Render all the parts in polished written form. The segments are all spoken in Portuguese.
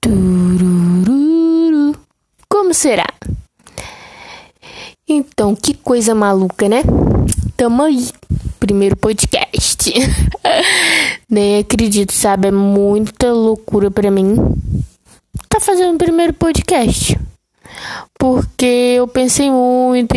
Turururu. Como será? Então, que coisa maluca, né? Tamo aí. Primeiro podcast. Nem acredito, sabe? É muita loucura pra mim tá fazendo o primeiro podcast. Porque eu pensei muito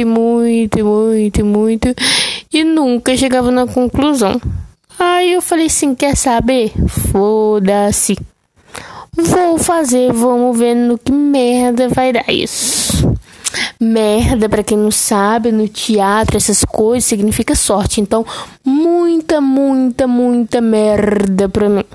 e nunca chegava na conclusão. Aí eu falei assim, quer saber? Foda-se. Vou fazer, vamos ver no que merda vai dar isso. Merda, pra quem não sabe, no teatro, essas coisas significa sorte. Então, muita merda pra mim.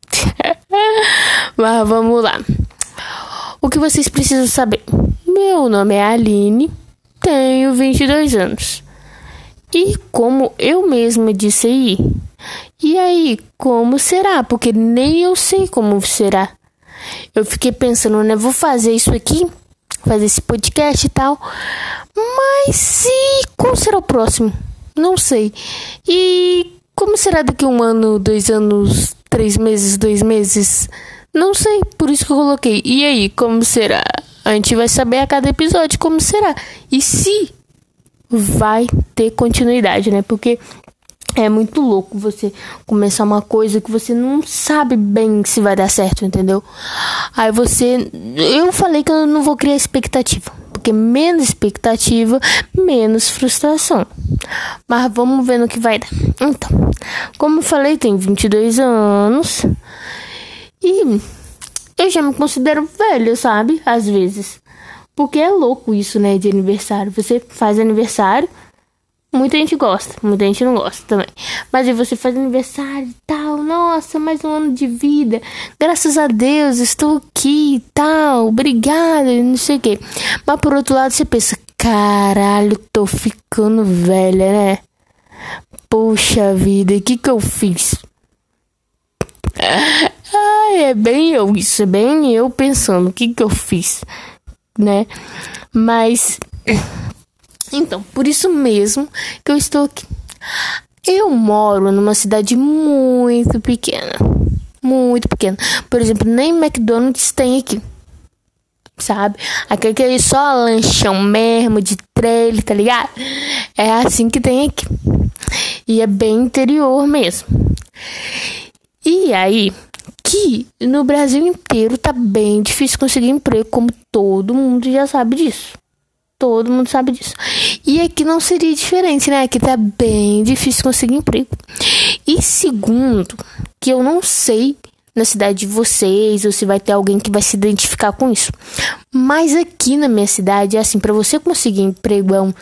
Mas vamos lá. O que vocês precisam saber? Meu nome é Aline, tenho 22 anos. E como eu mesma disse aí, e aí, como será? Porque nem eu sei como será. Eu fiquei pensando, né? Vou fazer isso aqui, fazer esse podcast e tal. Mas e qual será o próximo? Não sei. E como será daqui 1 ano, 2 anos, 3 meses, 2 meses? Não sei, por isso que eu coloquei. E aí, como será? A gente vai saber a cada episódio como será. E se vai ter continuidade, né? Porque é muito louco você começar uma coisa que você não sabe bem se vai dar certo, entendeu? Aí eu falei que eu não vou criar expectativa. Porque menos expectativa, menos frustração. Mas vamos ver no que vai dar. Então, como eu falei, tenho 22 anos. E eu já me considero velha, sabe? Às vezes. Porque é louco isso, né? De aniversário. Você faz aniversário, muita gente gosta, muita gente não gosta também. Mas aí você faz aniversário e tal. Nossa, mais um ano de vida. Graças a Deus, estou aqui e tal. Obrigada, não sei o quê. Mas por outro lado, você pensa, caralho, tô ficando velha, né? Poxa vida, o que eu fiz? É bem eu, isso é bem eu pensando, o que eu fiz, né? Mas, então, por isso mesmo que eu estou aqui. Eu moro numa cidade muito pequena. Por exemplo, nem McDonald's tem aqui, sabe? Aquele só lanchão mesmo de trailer, tá ligado? É assim que tem aqui. E é bem interior mesmo. E aí, que no Brasil inteiro tá bem difícil conseguir emprego, como todo mundo já sabe disso. Todo mundo sabe disso. E aqui não seria diferente, né? Aqui tá bem difícil conseguir emprego. E segundo, que eu não sei na cidade de vocês, ou se vai ter alguém que vai se identificar com isso. Mas aqui na minha cidade, assim, pra você conseguir emprego é um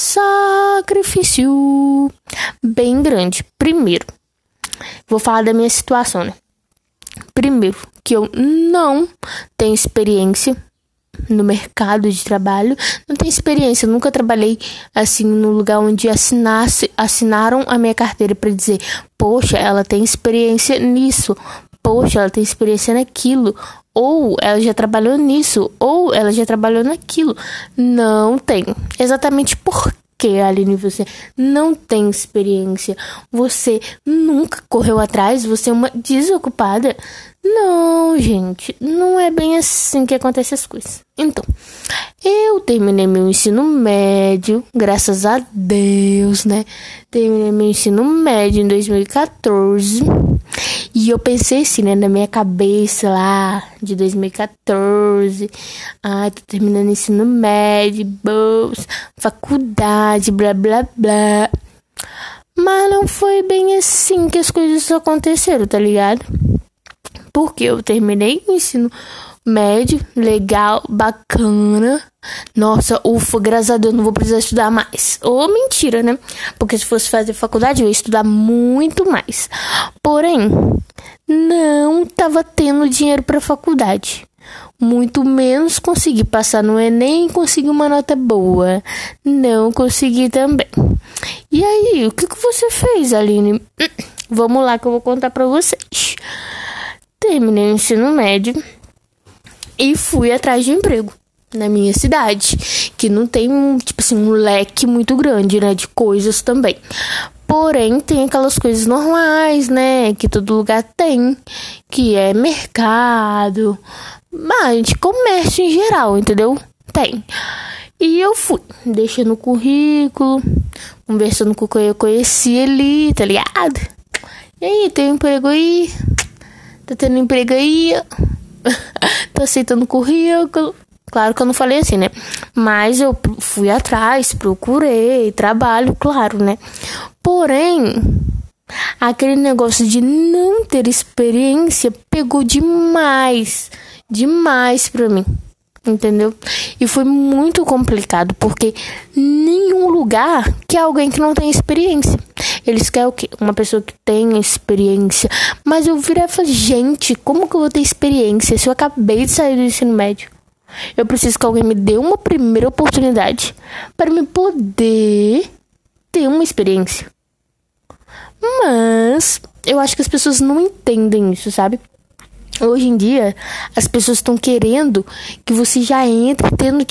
sacrifício bem grande. Primeiro, vou falar da minha situação, né? Primeiro, que eu não tenho experiência no mercado de trabalho. Não tenho experiência, eu nunca trabalhei assim no lugar onde assinaram a minha carteira para dizer, poxa, ela tem experiência nisso, poxa, ela tem experiência naquilo, ou ela já trabalhou nisso, ou ela já trabalhou naquilo. Não tenho. Exatamente por que, Aline, você não tem experiência? Você nunca correu atrás? Você é uma desocupada? Não, gente, não é bem assim que acontecem as coisas. Então, eu terminei meu ensino médio, graças a Deus, né? Terminei meu ensino médio em 2014. E eu pensei assim, né, na minha cabeça lá, de 2014. Tô terminando ensino médio, bolsa, faculdade, blá, blá, blá. Mas não foi bem assim que as coisas aconteceram, tá ligado? Porque eu terminei o ensino médio, legal, bacana. Nossa, ufa, graças a Deus, não vou precisar estudar mais. Ou mentira, né? Porque se fosse fazer faculdade, eu ia estudar muito mais. Porém, não tava tendo dinheiro pra faculdade. Muito menos consegui passar no Enem e conseguir uma nota boa. Não consegui também. E aí, o que você fez, Aline? Vamos lá que eu vou contar pra vocês. Terminei o ensino médio e fui atrás de emprego na minha cidade, que não tem um leque muito grande, né, de coisas também. Porém, tem aquelas coisas normais, né? Que todo lugar tem. Que é mercado. De comércio em geral, entendeu? Tem. E eu fui deixando o currículo, conversando com quem eu conheci ali, tá ligado? E aí, tem emprego aí? Tá tendo emprego aí? Tô aceitando o currículo. Claro que eu não falei assim, né? Mas eu fui atrás, procurei, trabalho, claro, né? Porém, aquele negócio de não ter experiência pegou demais pra mim, entendeu? E foi muito complicado, porque nenhum lugar quer alguém que não tem experiência. Eles querem o quê? Uma pessoa que tenha experiência. Mas eu virei e falei, gente, como que eu vou ter experiência se eu acabei de sair do ensino médio? Eu preciso que alguém me dê uma primeira oportunidade para me poder ter uma experiência. Mas eu acho que as pessoas não entendem isso, sabe? Hoje em dia, as pessoas estão querendo que você já entre tendo,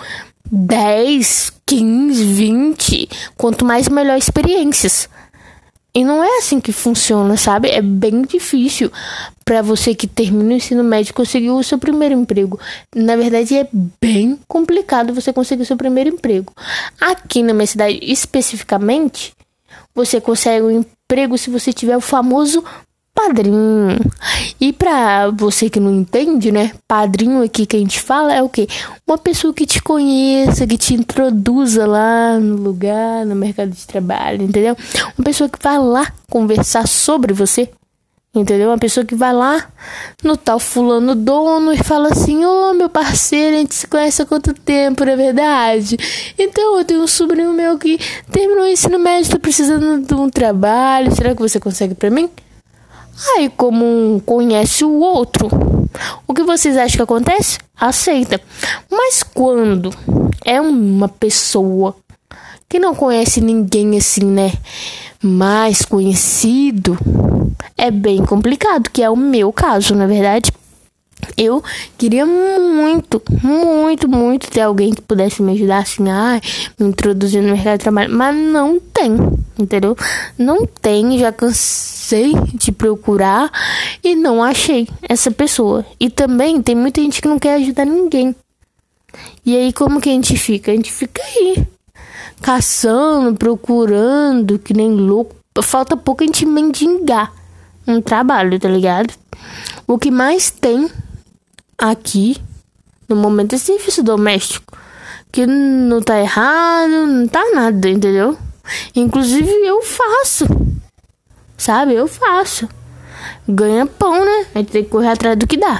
10, 15, 20, quanto mais melhor experiências. E não é assim que funciona, sabe? É bem difícil para você que termina o ensino médio conseguir o seu primeiro emprego. Na verdade, é bem complicado você conseguir o seu primeiro emprego. Aqui na minha cidade, especificamente, você consegue um emprego se você tiver o famoso padrinho. E pra você que não entende, né? Padrinho aqui que a gente fala é o quê? Uma pessoa que te conheça, que te introduza lá no lugar, no mercado de trabalho, entendeu? Uma pessoa que vai lá conversar sobre você, entendeu? Uma pessoa que vai lá no tal fulano dono e fala assim, ô meu parceiro, a gente se conhece há quanto tempo, não é verdade? Então eu tenho um sobrinho meu que terminou o ensino médio, tô precisando de um trabalho, será que você consegue pra mim? Aí, como um conhece o outro, o que vocês acham que acontece? Aceita. Mas quando é uma pessoa que não conhece ninguém assim, né? Mais conhecido, é bem complicado, que é o meu caso, na verdade. Eu queria muito ter alguém que pudesse me ajudar, assim, me introduzir no mercado de trabalho, mas não tem, entendeu? Não tem, já cansei de procurar e não achei essa pessoa. E também tem muita gente que não quer ajudar ninguém. E aí como que a gente fica? A gente fica aí, caçando, procurando, que nem louco. Falta pouco a gente mendigar um trabalho, tá ligado? O que mais tem aqui no momento é serviço doméstico, que não tá errado, não tá nada, entendeu? Inclusive eu faço, sabe? Eu faço. Ganha pão, né? A gente tem que correr atrás do que dá.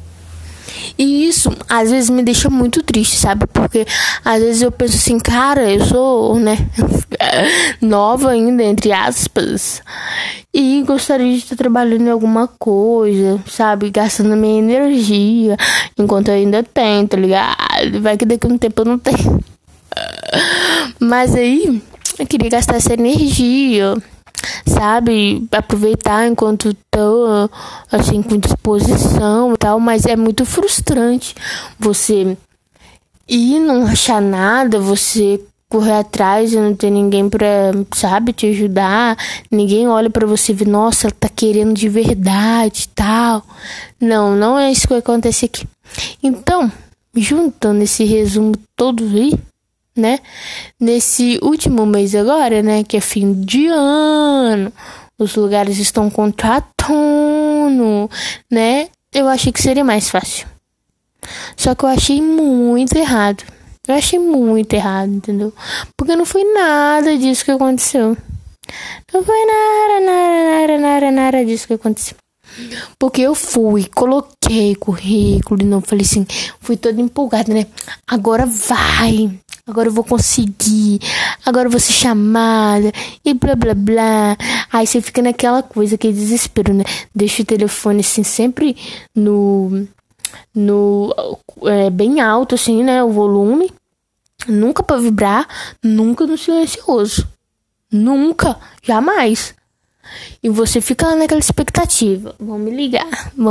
E isso, às vezes, me deixa muito triste, sabe? Porque, às vezes, eu penso assim, cara, eu sou, né, nova ainda, entre aspas, e gostaria de estar trabalhando em alguma coisa, sabe? Gastando minha energia, enquanto eu ainda tenho, tá ligado? Vai que daqui a um tempo eu não tenho. Mas aí, eu queria gastar essa energia, sabe, aproveitar enquanto tô assim com disposição e tal, mas é muito frustrante você ir e não achar nada, você correr atrás e não ter ninguém pra, sabe, te ajudar, ninguém olha pra você e vê, nossa, ela tá querendo de verdade e tal. Não é isso que acontece aqui. Então, juntando esse resumo todo aí, né, nesse último mês agora, né, que é fim de ano, os lugares estão contratando, né, eu achei que seria mais fácil. Só que eu achei muito errado. Entendeu? Porque não foi nada disso que aconteceu. Não foi nada disso que aconteceu. Porque eu fui, coloquei currículo e não falei assim, fui toda empolgada, né? Agora vai. Agora eu vou conseguir, agora eu vou ser chamada, e blá blá blá. Aí você fica naquela coisa, aquele desespero, né? Deixa o telefone assim, sempre bem alto, assim, né? O volume. Nunca pra vibrar, nunca no silencioso. Nunca, jamais. E você fica lá naquela expectativa. Vão me ligar.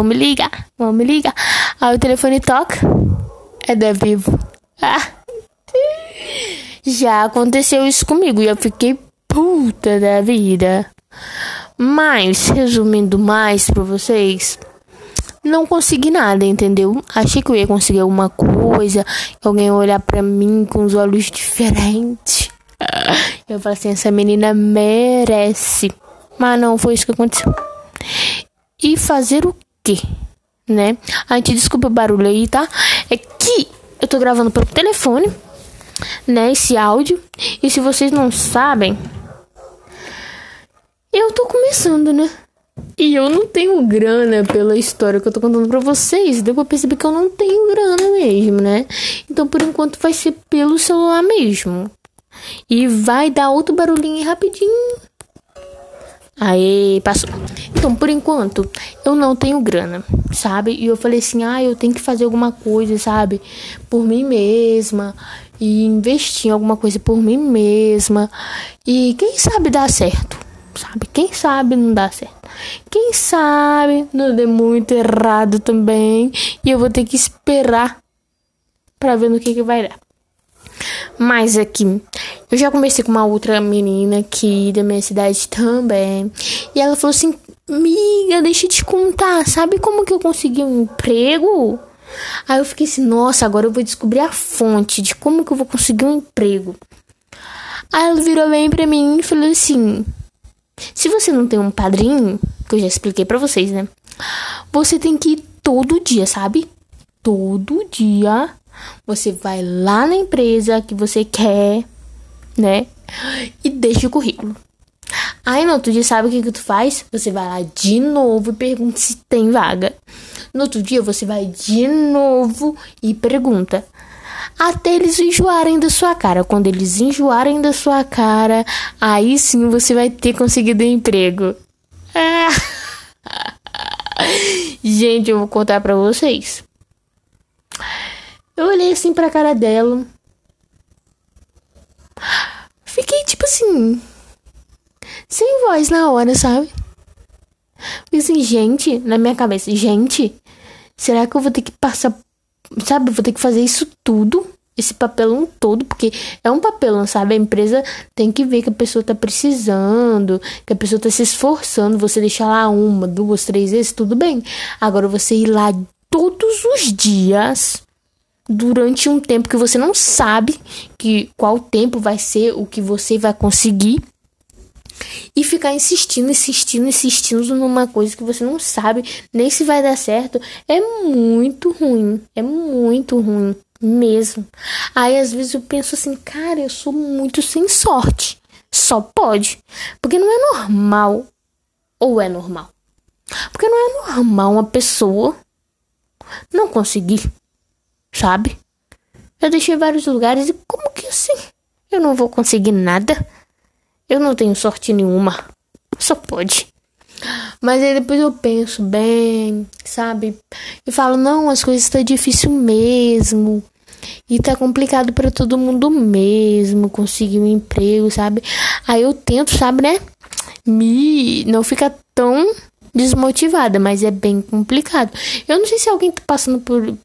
Aí o telefone toca, é da Vivo. Já aconteceu isso comigo e eu fiquei puta da vida. Mas, resumindo mais pra vocês, não consegui nada, entendeu? Achei que eu ia conseguir alguma coisa, que alguém ia olhar pra mim com os olhos diferentes. Eu falei assim, essa menina merece. Mas não foi isso que aconteceu. E fazer o quê? Né? A gente desculpa o barulho aí, tá? É que eu tô gravando pelo telefone, né? Esse áudio. E se vocês não sabem, eu tô começando, né? E eu não tenho grana pela história que eu tô contando pra vocês. Deu pra perceber que eu não tenho grana mesmo, né? Então, por enquanto, vai ser pelo celular mesmo. E vai dar outro barulhinho rapidinho. Aí, passou. Então, por enquanto, eu não tenho grana, sabe? E eu falei assim, eu tenho que fazer alguma coisa, sabe? Por mim mesma. E investir em alguma coisa por mim mesma. E quem sabe dá certo, sabe? Quem sabe não dá certo. Quem sabe não dê muito errado também. E eu vou ter que esperar pra ver no que vai dar. Mas aqui, eu já conversei com uma outra menina aqui da minha cidade também. E ela falou assim, amiga, deixa eu te contar, sabe como que eu consegui um emprego? Aí eu fiquei assim, nossa, agora eu vou descobrir a fonte de como que eu vou conseguir um emprego. Aí ela virou bem pra mim e falou assim, se você não tem um padrinho, que eu já expliquei pra vocês, né? Você tem que ir todo dia, sabe? Todo dia você vai lá na empresa que você quer, né? E deixa o currículo. Aí no outro dia, sabe o que tu faz? Você vai lá de novo e pergunta se tem vaga. No outro dia, você vai de novo e pergunta. Até eles enjoarem da sua cara. Quando eles enjoarem da sua cara, aí sim você vai ter conseguido um emprego. Gente, eu vou contar pra vocês. Eu olhei assim pra cara dela. Fiquei tipo assim, sem voz na hora, sabe? Fiquei assim, gente, na minha cabeça, gente, será que eu vou ter que passar, sabe? Eu vou ter que fazer isso tudo, esse papelão todo, porque é um papelão, sabe? A empresa tem que ver que a pessoa tá precisando, que a pessoa tá se esforçando. Você deixar lá 1, 2, 3 vezes, tudo bem. Agora você ir lá todos os dias, durante um tempo que você não sabe qual tempo vai ser, o que você vai conseguir, e ficar insistindo numa coisa que você não sabe nem se vai dar certo, é muito ruim mesmo. Aí às vezes eu penso assim, cara, eu sou muito sem sorte, só pode, porque não é normal, ou é normal? Porque não é normal uma pessoa não conseguir, sabe? Eu deixei vários lugares e como que assim? Eu não vou conseguir nada? Eu não tenho sorte nenhuma. Só pode. Mas aí depois eu penso bem, sabe? E falo, não, as coisas estão difícil mesmo. E tá complicado pra todo mundo mesmo conseguir um emprego, sabe? Aí eu tento, sabe, né? Não ficar tão desmotivada, mas é bem complicado. Eu não sei se alguém tá passando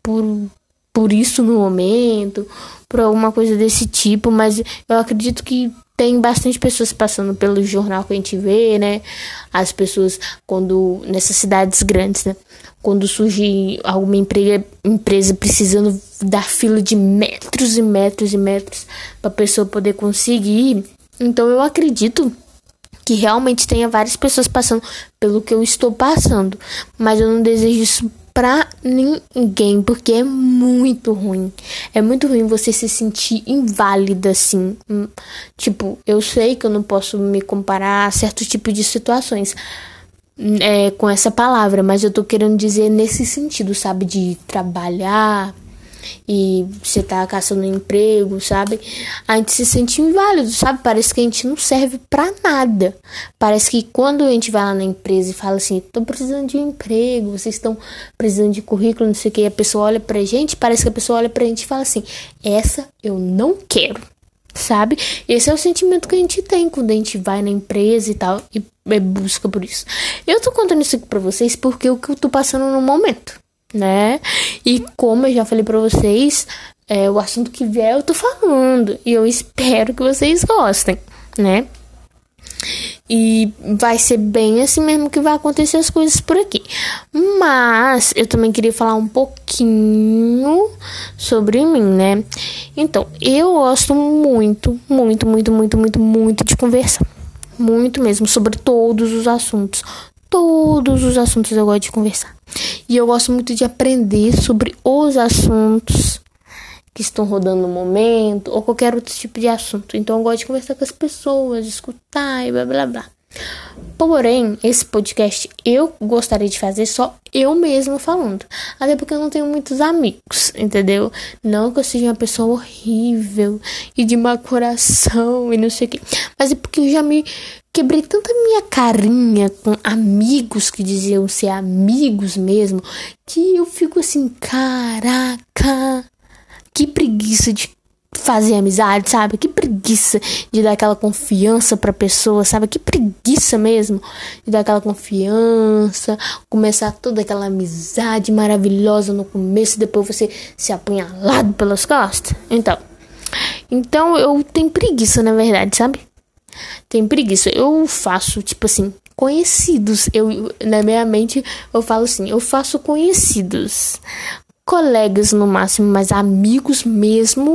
por isso no momento, por alguma coisa desse tipo, mas eu acredito que tem bastante pessoas passando pelo jornal que a gente vê, né? As pessoas, nessas cidades grandes, né? Quando surge alguma empresa precisando dar fila de metros e metros e metros para a pessoa poder conseguir. Então eu acredito que realmente tenha várias pessoas passando pelo que eu estou passando, mas eu não desejo isso pra ninguém, porque é muito ruim. É muito ruim você se sentir inválida, assim. Tipo, eu sei que eu não posso me comparar a certo tipo de situações com essa palavra, mas eu tô querendo dizer nesse sentido, sabe? De trabalhar e você tá caçando um emprego, sabe? A gente se sente inválido, sabe? Parece que a gente não serve pra nada. Parece que quando a gente vai lá na empresa e fala assim, tô precisando de um emprego, vocês estão precisando de currículo, não sei o que, e a pessoa olha pra gente, parece que a pessoa olha pra gente e fala assim, essa eu não quero, sabe? Esse é o sentimento que a gente tem quando a gente vai na empresa e tal, e busca por isso. Eu tô contando isso aqui pra vocês porque é o que eu tô passando no momento, né? E como eu já falei pra vocês, o assunto que vier eu tô falando. E eu espero que vocês gostem, né? E vai ser bem assim mesmo que vai acontecer as coisas por aqui. Mas eu também queria falar um pouquinho sobre mim, né? Então, eu gosto muito de conversar. Muito mesmo, sobre todos os assuntos. Todos os assuntos eu gosto de conversar. E eu gosto muito de aprender sobre os assuntos que estão rodando no momento, ou qualquer outro tipo de assunto. Então eu gosto de conversar com as pessoas, escutar e blá blá blá. Porém, esse podcast eu gostaria de fazer só eu mesma falando. Até porque eu não tenho muitos amigos, entendeu? Não que eu seja uma pessoa horrível e de mau coração e não sei o quê. Mas é porque eu já me quebrei tanta minha carinha com amigos que diziam ser amigos mesmo, que eu fico assim, caraca, que preguiça de fazer amizade, sabe? Que preguiça de dar aquela confiança pra pessoa, sabe? Que preguiça mesmo de dar aquela confiança, começar toda aquela amizade maravilhosa no começo e depois você ser apunhalado pelas costas. Então eu tenho preguiça, na verdade, sabe? Tenho preguiça. Eu faço, tipo assim, conhecidos. Na minha mente, eu falo assim, eu faço conhecidos. Colegas no máximo, mas amigos mesmo,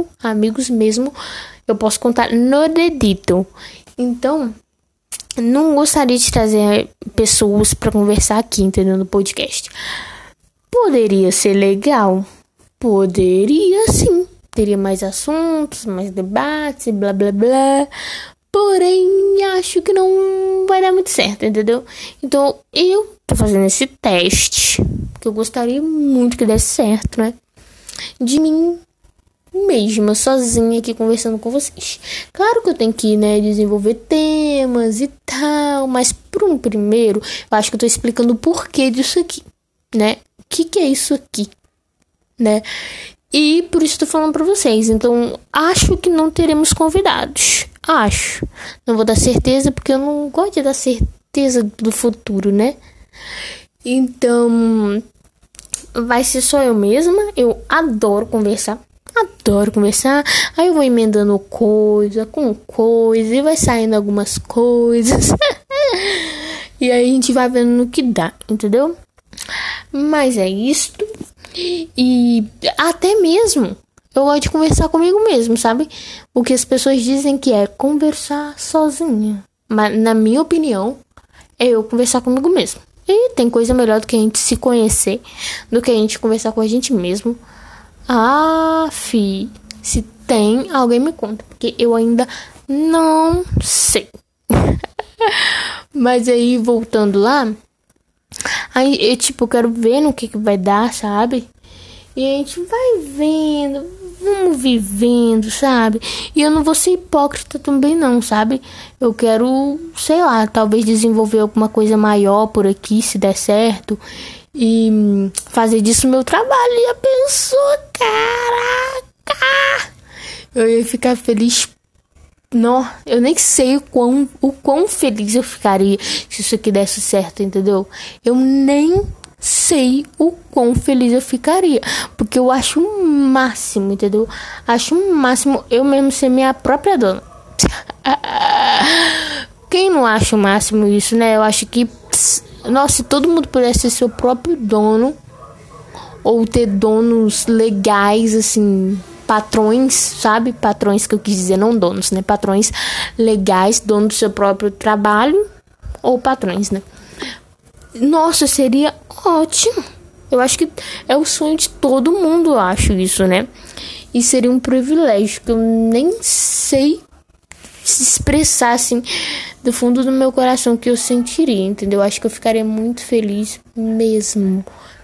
eu posso contar no dedito. Então, não gostaria de trazer pessoas para conversar aqui, entendeu? No podcast. Poderia ser legal? Poderia sim. Teria mais assuntos, mais debates, blá blá blá. Porém, acho que não vai dar muito certo, entendeu? Então, eu tô fazendo esse teste, que eu gostaria muito que desse certo, né? De mim mesma, sozinha aqui conversando com vocês. Claro que eu tenho que, né, desenvolver temas e tal, mas por um primeiro, eu acho que eu tô explicando o porquê disso aqui, né? O que é isso aqui, né? E por isso tô falando pra vocês. Então, acho que não teremos convidados. Acho. Não vou dar certeza, porque eu não gosto de dar certeza do futuro, né? Então, vai ser só eu mesma. Eu adoro conversar. Aí eu vou emendando coisa com coisa e vai saindo algumas coisas. E aí a gente vai vendo no que dá, entendeu? Mas é isto. E até mesmo eu gosto de conversar comigo mesmo, sabe? O que as pessoas dizem que é conversar sozinha. Mas na minha opinião, é eu conversar comigo mesmo. E tem coisa melhor do que a gente se conhecer, do que a gente conversar com a gente mesmo. Se tem, alguém me conta, porque eu ainda não sei. Mas aí, voltando lá, aí eu quero ver no que vai dar, sabe? E a gente vai vendo, vamos vivendo, sabe? E eu não vou ser hipócrita também não, sabe? Eu quero, sei lá, talvez desenvolver alguma coisa maior por aqui, se der certo. E fazer disso meu trabalho. E a pessoa, caraca! Eu ia ficar feliz. Não, eu nem sei o quão feliz eu ficaria se isso aqui desse certo, entendeu? Eu nem sei o quão feliz eu ficaria, porque eu acho o máximo, entendeu? Acho o máximo eu mesmo ser minha própria dona. Quem não acha o máximo isso, né? Eu acho que, nossa, se todo mundo pudesse ser seu próprio dono, ou ter donos legais, assim, patrões, sabe? Patrões que eu quis dizer, não donos, né? Patrões legais, dono do seu próprio trabalho, ou patrões, né? Nossa, seria ótimo. Eu acho que é o sonho de todo mundo, eu acho isso, né? E seria um privilégio que eu nem sei se expressar, assim, do fundo do meu coração que eu sentiria, entendeu? Eu acho que eu ficaria muito feliz mesmo.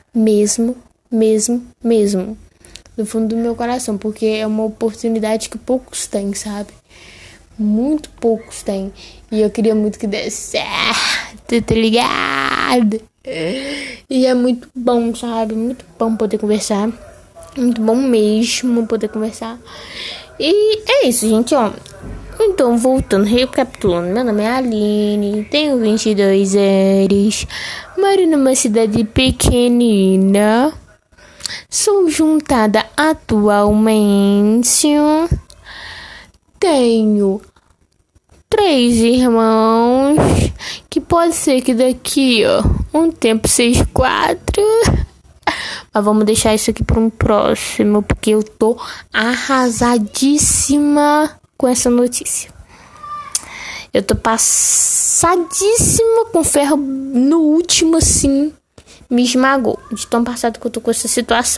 Do fundo do meu coração, porque é uma oportunidade que poucos têm, sabe? Muito poucos têm. E eu queria muito que desse certo, tá ligado? E é muito bom, sabe? Muito bom poder conversar. Muito bom mesmo poder conversar. E é isso, gente, ó. Então, voltando, recapitulando. Meu nome é Aline, tenho 22 anos. Moro numa cidade pequenina. Sou juntada atualmente. Tenho 3 irmãos, que pode ser que daqui, um tempo seja 4. Mas vamos deixar isso aqui para um próximo, porque eu tô arrasadíssima com essa notícia. Eu tô passadíssima com ferro no último, assim, me esmagou, de tão passado que eu tô com essa situação.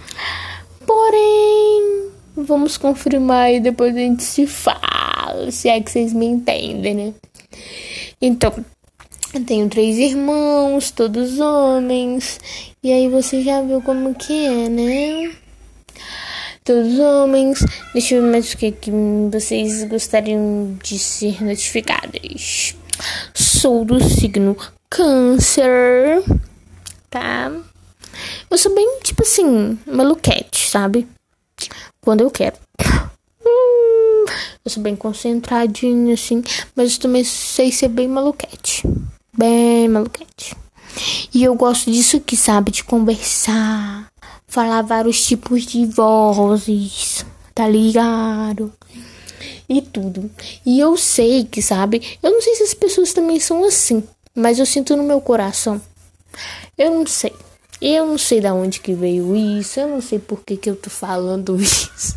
Porém, vamos confirmar e depois a gente se fala, se é que vocês me entendem, né? Então, eu tenho 3 irmãos, todos homens, e aí você já viu como que é, né? Todos homens. Deixa eu ver mais o que vocês gostariam de ser notificados. Sou do signo Câncer, tá? Eu sou bem, tipo assim, maluquete, sabe? Quando eu quero. Eu sou bem concentradinha, assim, mas eu também sei ser bem maluquete. Bem maluquete. E eu gosto disso aqui, sabe? De conversar, falar vários tipos de vozes, tá ligado? E tudo. E eu sei que, sabe? Eu não sei se as pessoas também são assim, mas eu sinto no meu coração. Eu não sei. Eu não sei da onde que veio isso. Eu não sei por que eu tô falando isso.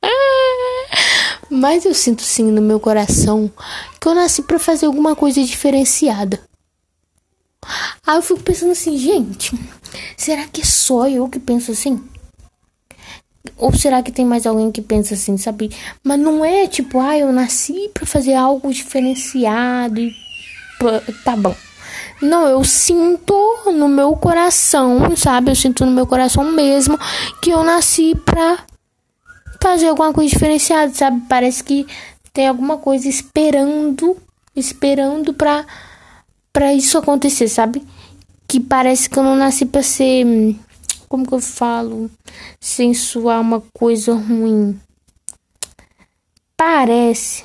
Mas eu sinto sim no meu coração que eu nasci pra fazer alguma coisa diferenciada. Aí eu fico pensando assim, gente, será que é só eu que penso assim? Ou será que tem mais alguém que pensa assim, sabe? Mas não é tipo, eu nasci pra fazer algo diferenciado e tá bom. Não, eu sinto no meu coração, sabe? Eu sinto no meu coração mesmo que eu nasci pra fazer alguma coisa diferenciada, sabe? Parece que tem alguma coisa esperando pra isso acontecer, sabe? Que parece que eu não nasci pra ser, como que eu falo? Sensuar uma coisa ruim. Parece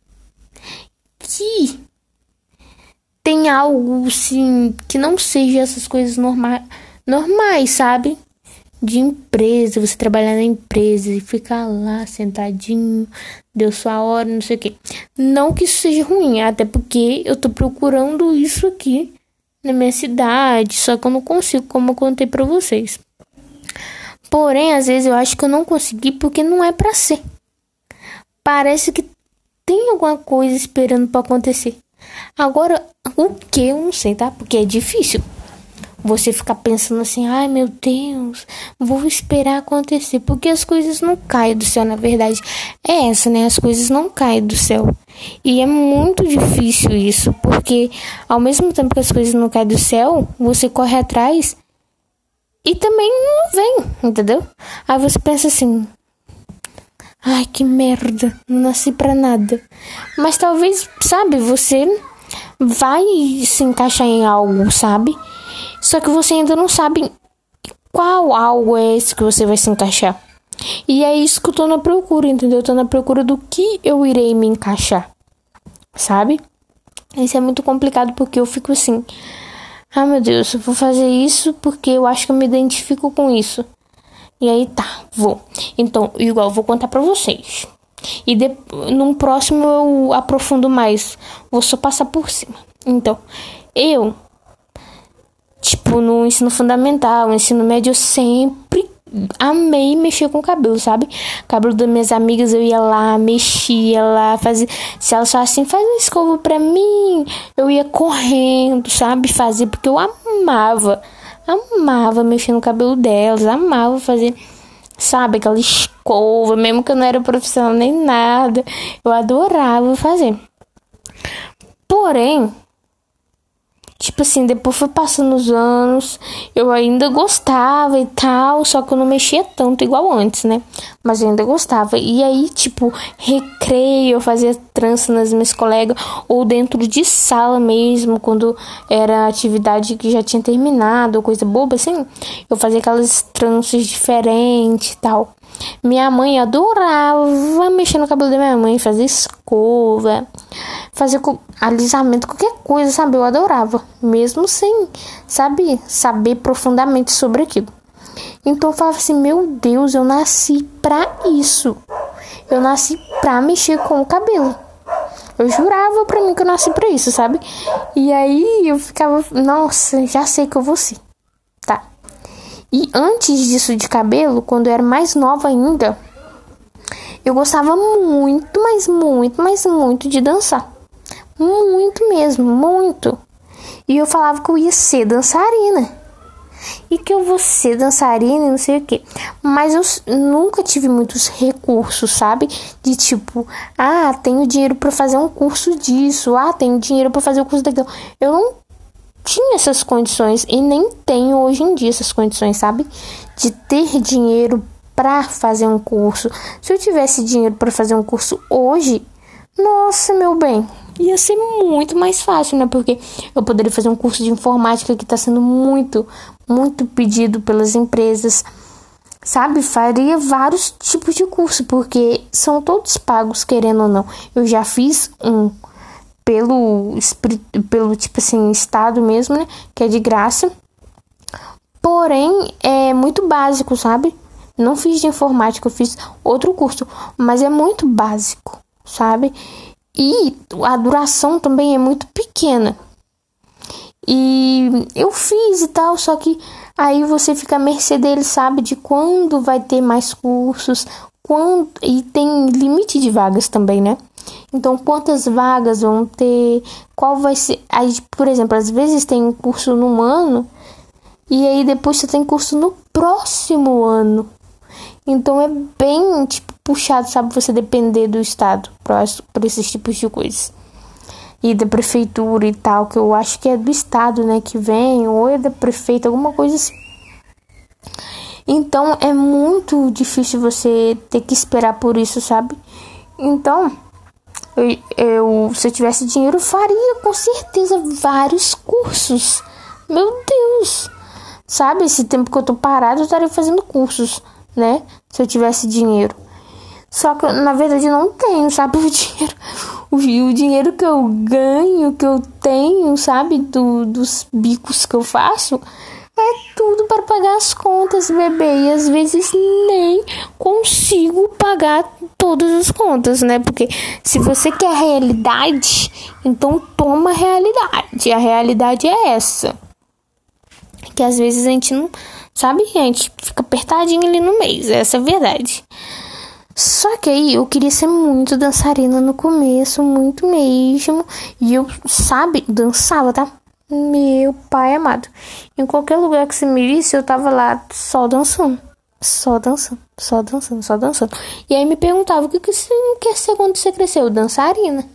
que tem algo, assim, que não seja essas coisas normais, sabe? De empresa, você trabalhar na empresa e ficar lá sentadinho, deu sua hora, não sei o quê. Não que isso seja ruim, até porque eu tô procurando isso aqui na minha cidade, só que eu não consigo, como eu contei pra vocês. Porém, às vezes eu acho que eu não consegui porque não é pra ser. Parece que tem alguma coisa esperando pra acontecer. Agora, o que eu não sei, tá? Porque é difícil você ficar pensando assim, ai meu Deus, vou esperar acontecer, porque as coisas não caem do céu, na verdade é essa, né, as coisas não caem do céu, e é muito difícil isso, porque ao mesmo tempo que as coisas não caem do céu, você corre atrás e também não vem, entendeu? Aí você pensa assim, ai que merda, não nasci pra nada, mas talvez, sabe, você vai se encaixar em algo, sabe? Só que você ainda não sabe qual algo é esse que você vai se encaixar. E é isso que eu tô na procura, entendeu? Eu tô na procura do que eu irei me encaixar, sabe? Isso é muito complicado porque eu fico assim, meu Deus, eu vou fazer isso porque eu acho que eu me identifico com isso. E aí tá, vou. Então, igual, eu vou contar pra vocês. E num próximo eu aprofundo mais. Vou só passar por cima. Então, tipo, no ensino fundamental, no ensino médio, eu sempre amei mexer com o cabelo, sabe? Cabelo das minhas amigas, eu ia lá, mexia lá, fazia. Se elas falassem assim, faz uma escova pra mim, eu ia correndo, sabe? Fazer, porque eu amava mexer no cabelo delas, amava fazer, sabe? Aquela escova, mesmo que eu não era profissional nem nada, eu adorava fazer. Porém, tipo assim, depois foi passando os anos, eu ainda gostava e tal, só que eu não mexia tanto igual antes, né? Mas eu ainda gostava. E aí, tipo, recreio, eu fazia trança nas minhas colegas, ou dentro de sala mesmo, quando era atividade que já tinha terminado, ou coisa boba, assim, eu fazia aquelas tranças diferentes e tal. Minha mãe adorava mexer no cabelo da minha mãe, fazer escova, fazer alisamento, qualquer coisa, sabe? Eu adorava, mesmo sem, sabe, saber profundamente sobre aquilo. Então eu falava assim, meu Deus, eu nasci pra isso. Eu nasci pra mexer com o cabelo. Eu jurava pra mim que eu nasci pra isso, sabe? E aí eu ficava, nossa, já sei que eu vou ser. Tá. E antes disso de cabelo, quando eu era mais nova ainda, eu gostava muito, mas muito de dançar. Muito mesmo, muito. E eu falava que eu ia ser dançarina. E que eu vou ser dançarina e não sei o que. Mas eu nunca tive muitos recursos, sabe? De tipo, tenho dinheiro pra fazer um curso disso. Tenho dinheiro pra fazer o curso daquilo. Eu não tinha essas condições e nem tenho hoje em dia essas condições, sabe? De ter dinheiro pra fazer um curso. Se eu tivesse dinheiro pra fazer um curso hoje, nossa, meu bem, ia ser muito mais fácil, né? Porque eu poderia fazer um curso de informática que tá sendo muito pedido pelas empresas, sabe? Faria vários tipos de curso, porque são todos pagos, querendo ou não. Eu já fiz um pelo tipo assim, estado mesmo, né? Que é de graça. Porém, é muito básico, sabe? Não fiz de informática, eu fiz outro curso, mas é muito básico, sabe? E a duração também é muito pequena. E eu fiz e tal, só que aí você fica à mercê dele, sabe? De quando vai ter mais cursos, e tem limite de vagas também, né? Então, quantas vagas vão ter, qual vai ser... Aí, por exemplo, às vezes tem um curso num ano, e aí depois você tem curso no próximo ano. Então, é bem, tipo, puxado, sabe? Você depender do estado por esses tipos de coisas. E da prefeitura e tal, que eu acho que é do estado, né, que vem, ou é da prefeita, alguma coisa assim. Então, é muito difícil você ter que esperar por isso, sabe? Então, se eu tivesse dinheiro, eu faria com certeza vários cursos. Meu Deus! Sabe, esse tempo que eu tô parado, eu estaria fazendo cursos, né? Se eu tivesse dinheiro. Só que, na verdade, eu não tenho, sabe, o dinheiro. O dinheiro que eu ganho, que eu tenho, sabe, dos bicos que eu faço, é tudo para pagar as contas, bebê. E às vezes nem consigo pagar todas as contas, né? Porque se você quer a realidade, então toma a realidade. A realidade é essa. Que às vezes a gente não, sabe, a gente fica apertadinho ali no mês. Essa é a verdade. Só que aí eu queria ser muito dançarina no começo, muito mesmo. E eu, sabe, dançava, tá? Meu pai amado. Em qualquer lugar que você me visse, eu tava lá só dançando. Só dançando, só dançando, só dançando. E aí me perguntava, o que você quer ser quando você cresceu? Dançarina.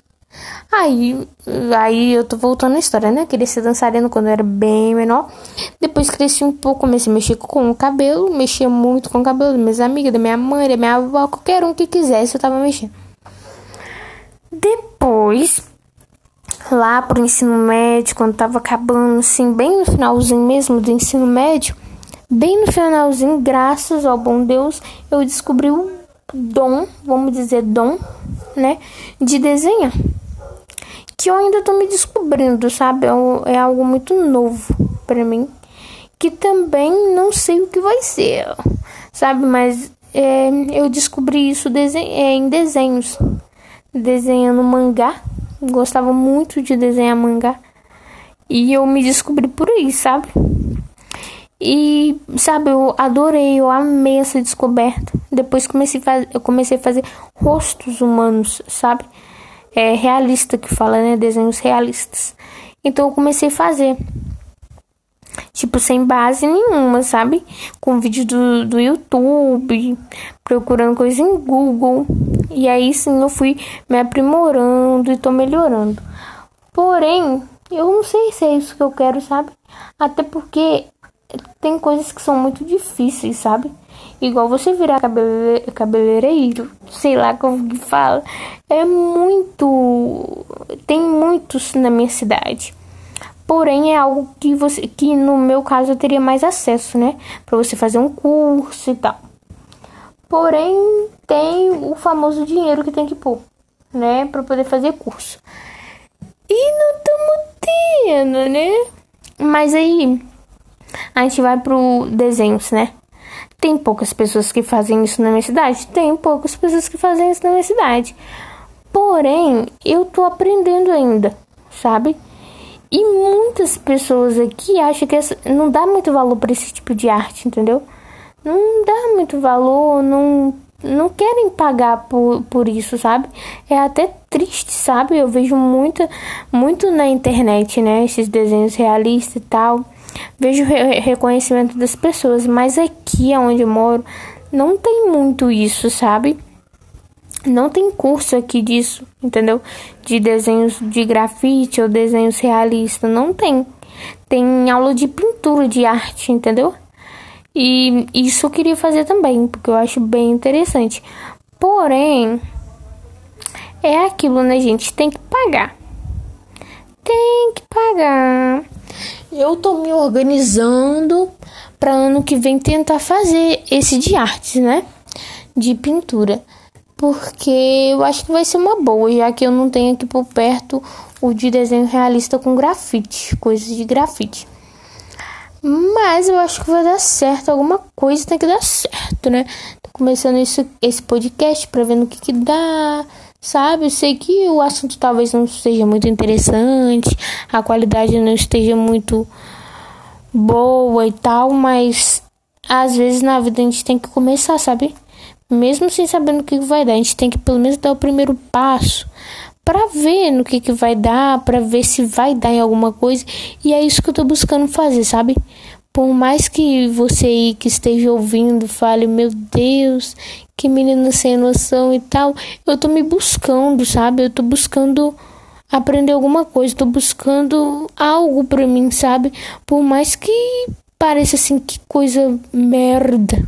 Aí eu tô voltando à história, né? Eu queria ser dançarina quando eu era bem menor. Depois cresci um pouco, comecei a mexer com o cabelo. Mexia muito com o cabelo das minhas amigas, da minha mãe, da minha avó. Qualquer um que quisesse, eu tava mexendo. Depois, lá pro ensino médio, quando tava acabando, assim, bem no finalzinho mesmo do ensino médio, bem no finalzinho, graças ao bom Deus, eu descobri o dom, vamos dizer dom, né, de desenhar. Que eu ainda tô me descobrindo, sabe? É algo muito novo pra mim. Que também não sei o que vai ser, sabe? Mas eu descobri isso em desenhos. Desenhando mangá. Gostava muito de desenhar mangá. E eu me descobri por aí, sabe? E, sabe, eu adorei, eu amei essa descoberta. Depois eu comecei a fazer rostos humanos, sabe? É realista que fala, né? Desenhos realistas. Então eu comecei a fazer. Tipo, sem base nenhuma, sabe? Com vídeo do YouTube, procurando coisa em Google. E aí sim eu fui me aprimorando e tô melhorando. Porém, eu não sei se é isso que eu quero, sabe? Até porque tem coisas que são muito difíceis, sabe? Igual você virar cabeleireiro, sei lá como que fala. Tem muitos na minha cidade. Porém, é algo que no meu caso eu teria mais acesso, né? Pra você fazer um curso e tal. Porém, tem o famoso dinheiro que tem que pôr, né? Pra poder fazer curso. E não estamos tendo, né? Mas aí, a gente vai pro desenhos, né? Tem poucas pessoas que fazem isso na minha cidade? Tem poucas pessoas que fazem isso na minha cidade. Porém, eu tô aprendendo ainda, sabe? E muitas pessoas aqui acham que não dá muito valor para esse tipo de arte, entendeu? Não dá muito valor, não querem pagar por isso, sabe? É até triste, sabe? Eu vejo muito na internet, né? Esses desenhos realistas e tal. Vejo reconhecimento das pessoas, mas aqui onde eu moro não tem muito isso, sabe? Não tem curso aqui disso, entendeu? De desenhos de grafite ou desenhos realistas, não tem. Tem aula de pintura, de arte, entendeu? E isso eu queria fazer também, porque eu acho bem interessante. Porém, é aquilo, né, gente? Tem que pagar. Tem que pagar. Eu tô me organizando para ano que vem tentar fazer esse de artes, né? De pintura. Porque eu acho que vai ser uma boa, já que eu não tenho aqui por perto o de desenho realista com grafite, coisas de grafite. Mas eu acho que vai dar certo, alguma coisa tem que dar certo, né? Tô começando esse podcast pra ver no que dá, sabe? Eu sei que o assunto talvez não seja muito interessante, a qualidade não esteja muito boa e tal, mas às vezes na vida a gente tem que começar, sabe? Mesmo sem saber no que vai dar, a gente tem que pelo menos dar o primeiro passo para ver no que vai dar, para ver se vai dar em alguma coisa. E é isso que eu tô buscando fazer, sabe? Por mais que você aí que esteja ouvindo fale, meu Deus, que menina sem noção e tal, eu tô me buscando, sabe? Eu tô buscando aprender alguma coisa, tô buscando algo pra mim, sabe? Por mais que pareça assim, que coisa merda.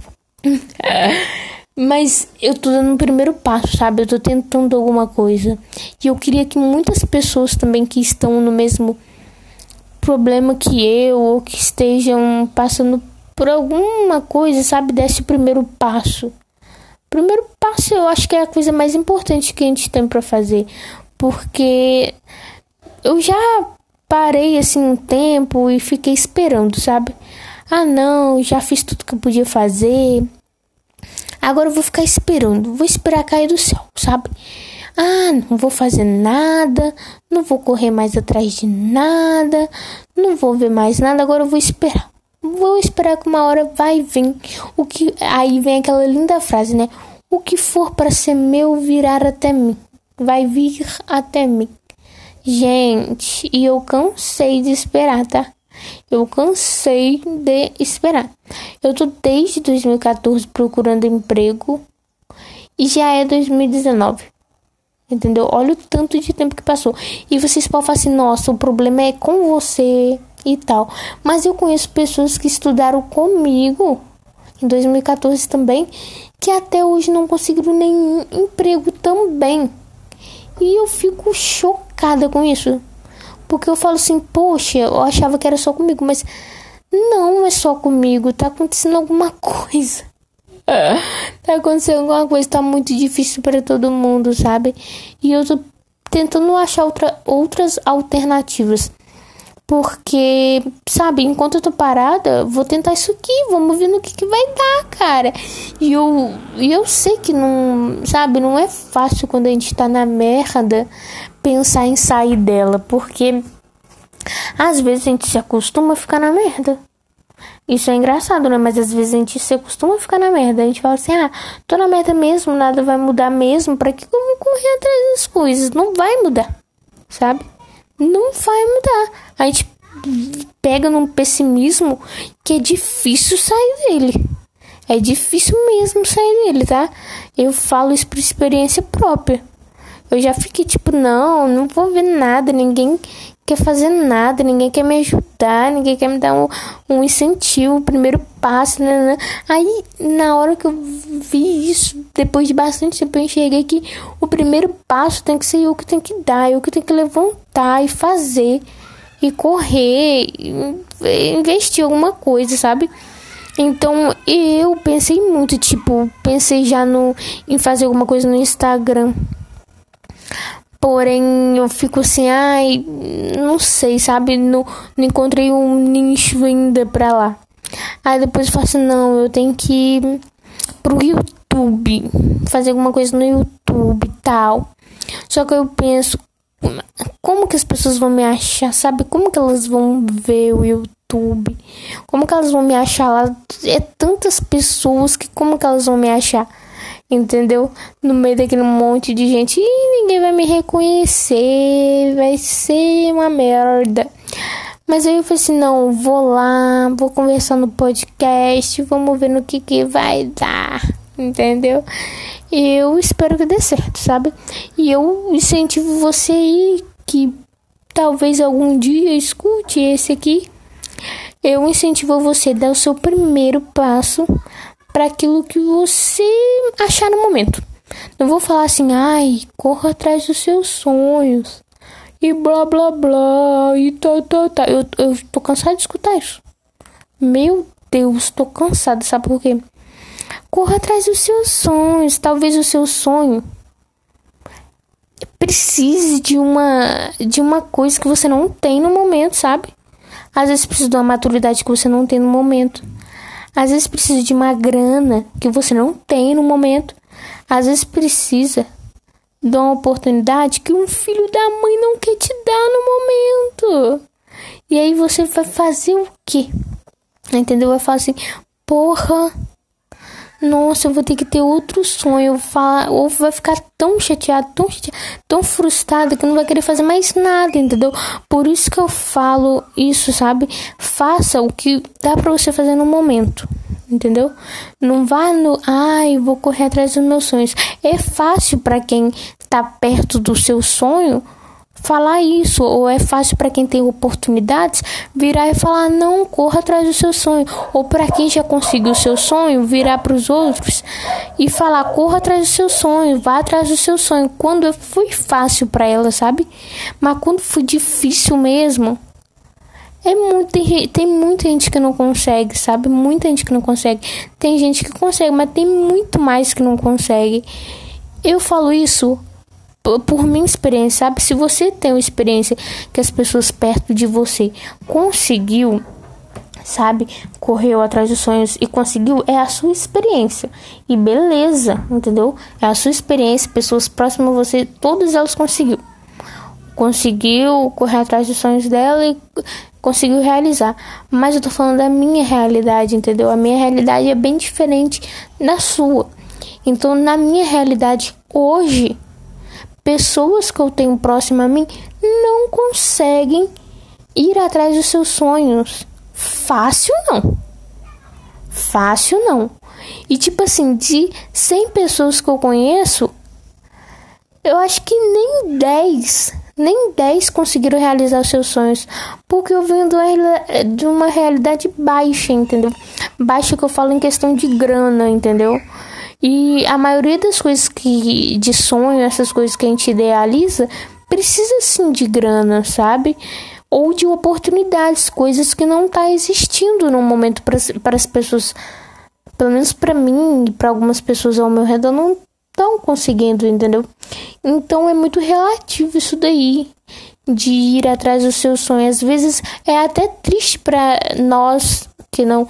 Mas eu tô dando um primeiro passo, sabe? Eu tô tentando alguma coisa. E eu queria que muitas pessoas também que estão no mesmo problema que eu, ou que estejam passando por alguma coisa, sabe? Desse o primeiro passo. Primeiro passo eu acho que é a coisa mais importante que a gente tem pra fazer. Porque eu já parei assim um tempo e fiquei esperando, sabe? Ah não, já fiz tudo que eu podia fazer. Agora eu vou ficar esperando, vou esperar cair do céu, sabe? Ah, não vou fazer nada, não vou correr mais atrás de nada, não vou ver mais nada, agora eu vou esperar. Vou esperar que uma hora vai vir. Aí vem aquela linda frase, né? O que for para ser meu virá até mim. Vai vir até mim. Gente, e eu cansei de esperar, tá? Eu cansei de esperar. Eu tô desde 2014 procurando emprego e já é 2019. Entendeu? Olha o tanto de tempo que passou. E vocês podem falar assim, nossa, o problema é com você e tal. Mas eu conheço pessoas que estudaram comigo em 2014 também, que até hoje não conseguiram nenhum emprego também. E eu fico chocada com isso. Porque eu falo assim, poxa, eu achava que era só comigo, mas não é só comigo, tá acontecendo alguma coisa. Tá acontecendo alguma coisa, tá muito difícil para todo mundo, sabe? E eu tô tentando achar outras alternativas. Porque, sabe, enquanto eu tô parada, vou tentar isso aqui, vamos ver no que vai dar, cara. E eu sei que não, sabe, não é fácil quando a gente tá na merda pensar em sair dela, porque às vezes a gente se acostuma a ficar na merda. Isso é engraçado, né? Mas às vezes a gente se acostuma a ficar na merda. A gente fala assim, tô na merda mesmo, nada vai mudar mesmo, pra que eu vou correr atrás das coisas? Não vai mudar, sabe? Não vai mudar. A gente pega num pessimismo que é difícil sair dele. É difícil mesmo sair dele, tá? Eu falo isso por experiência própria. Eu já fiquei tipo, não vou ver nada, ninguém quer fazer nada, ninguém quer me ajudar, ninguém quer me dar um incentivo, o primeiro passo, né? Aí, na hora que eu vi isso, depois de bastante tempo, eu enxerguei que o primeiro passo tem que ser eu que tenho que dar, eu que tenho que levantar e fazer, e correr, e investir alguma coisa, sabe? Então, eu pensei muito, pensei já em fazer alguma coisa no Instagram. Porém, eu fico assim, não sei, sabe? Não encontrei um nicho ainda pra lá. Aí depois eu falo assim, não, eu tenho que ir pro YouTube, fazer alguma coisa no YouTube e tal. Só que eu penso, como que as pessoas vão me achar, sabe? Como que elas vão ver o YouTube? Como que elas vão me achar lá? É tantas pessoas que como que elas vão me achar? Entendeu? No meio daquele monte de gente. E ninguém vai me reconhecer. Vai ser uma merda. Mas aí eu falei assim, não, vou lá, vou conversar no podcast, vamos ver no que vai dar. Entendeu? E eu espero que dê certo, sabe? E eu incentivo você aí, que talvez algum dia escute esse aqui. Eu incentivo você a dar o seu primeiro passo para aquilo que você achar no momento. Não vou falar assim, ai, corra atrás dos seus sonhos. E blá, blá, blá, e tá. Eu tô cansada de escutar isso. Meu Deus, tô cansada, sabe por quê? Corra atrás dos seus sonhos. Talvez o seu sonho precise de uma coisa que você não tem no momento, sabe? Às vezes precisa de uma maturidade que você não tem no momento. Às vezes precisa de uma grana que você não tem no momento. Às vezes precisa de uma oportunidade que um filho da mãe não quer te dar no momento. E aí você vai fazer o quê? Entendeu? Vai falar assim, porra, nossa, eu vou ter que ter outro sonho. Ou vai ficar tão chateado, tão frustrado que não vai querer fazer mais nada, entendeu? Por isso que eu falo isso, sabe? Faça o que dá pra você fazer no momento, entendeu? Não vá no, ai, vou correr atrás dos meus sonhos. É fácil pra quem tá perto do seu sonho falar isso, ou é fácil para quem tem oportunidades virar e falar não, corra atrás do seu sonho, ou para quem já conseguiu o seu sonho virar para os outros e falar corra atrás do seu sonho, vá atrás do seu sonho. Quando foi fácil para ela, sabe? Mas quando foi difícil mesmo, tem muita gente que não consegue, sabe? Muita gente que não consegue. Tem gente que consegue, mas tem muito mais que não consegue. Eu falo isso por minha experiência, sabe? Se você tem uma experiência que as pessoas perto de você conseguiu, sabe? Correu atrás dos sonhos e conseguiu, é a sua experiência. E beleza, entendeu? É a sua experiência, pessoas próximas a você, todas elas conseguiu correr atrás dos sonhos dela e conseguiu realizar. Mas eu tô falando da minha realidade, entendeu? A minha realidade é bem diferente da sua. Então, na minha realidade hoje, pessoas que eu tenho próximo a mim não conseguem ir atrás dos seus sonhos. Fácil não. Fácil não. E tipo assim, de 100 pessoas que eu conheço, eu acho que nem 10 conseguiram realizar os seus sonhos. Porque eu venho de uma realidade baixa, entendeu? Baixa que eu falo em questão de grana, entendeu? E a maioria das coisas de sonho, essas coisas que a gente idealiza, precisa sim de grana, sabe? Ou de oportunidades, coisas que não tá existindo no momento para as pessoas, pelo menos para mim e para algumas pessoas ao meu redor, não estão conseguindo, entendeu? Então é muito relativo isso daí, de ir atrás dos seus sonhos. Às vezes é até triste para nós que não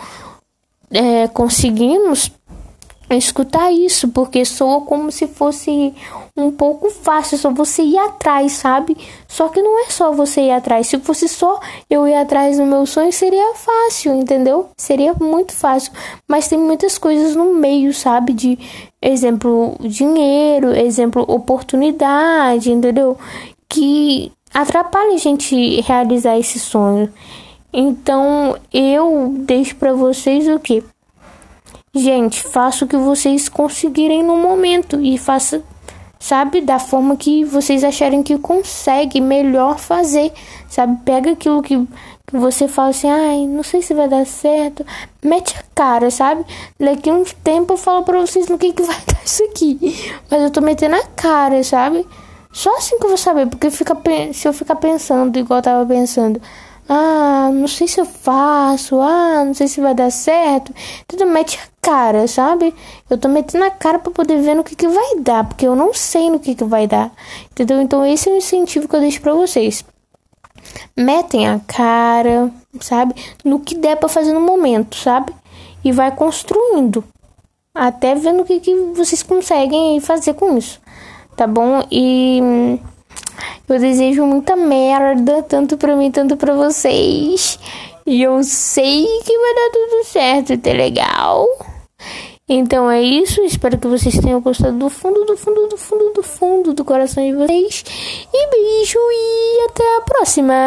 conseguimos escutar isso, porque soa como se fosse um pouco fácil, só você ir atrás, sabe? Só que não é só você ir atrás. Se fosse só eu ir atrás do meu sonho, seria fácil, entendeu? Seria muito fácil. Mas tem muitas coisas no meio, sabe? De exemplo, dinheiro, exemplo, oportunidade, entendeu? Que atrapalha a gente realizar esse sonho. Então, eu deixo pra vocês o quê? Gente, faça o que vocês conseguirem no momento e faça, sabe, da forma que vocês acharem que consegue melhor fazer, sabe? Pega aquilo que você fala assim, ai, não sei se vai dar certo, mete a cara, sabe? Daqui a um tempo eu falo pra vocês no que vai dar isso aqui, mas eu tô metendo a cara, sabe? Só assim que eu vou saber, porque se eu ficar pensando igual eu tava pensando, ah, não sei se eu faço, não sei se vai dar certo, tudo mete a cara, sabe? Eu tô metendo a cara pra poder ver no que vai dar, porque eu não sei no que vai dar, entendeu? Então esse é o incentivo que eu deixo pra vocês. Metem a cara, sabe? No que der pra fazer no momento, sabe? E vai construindo, até vendo o que vocês conseguem fazer com isso. tá bom? E eu desejo muita merda, tanto pra mim, tanto pra vocês. E eu sei que vai dar tudo certo, tá legal? Então é isso, espero que vocês tenham gostado do fundo do coração de vocês. E beijo e até a próxima!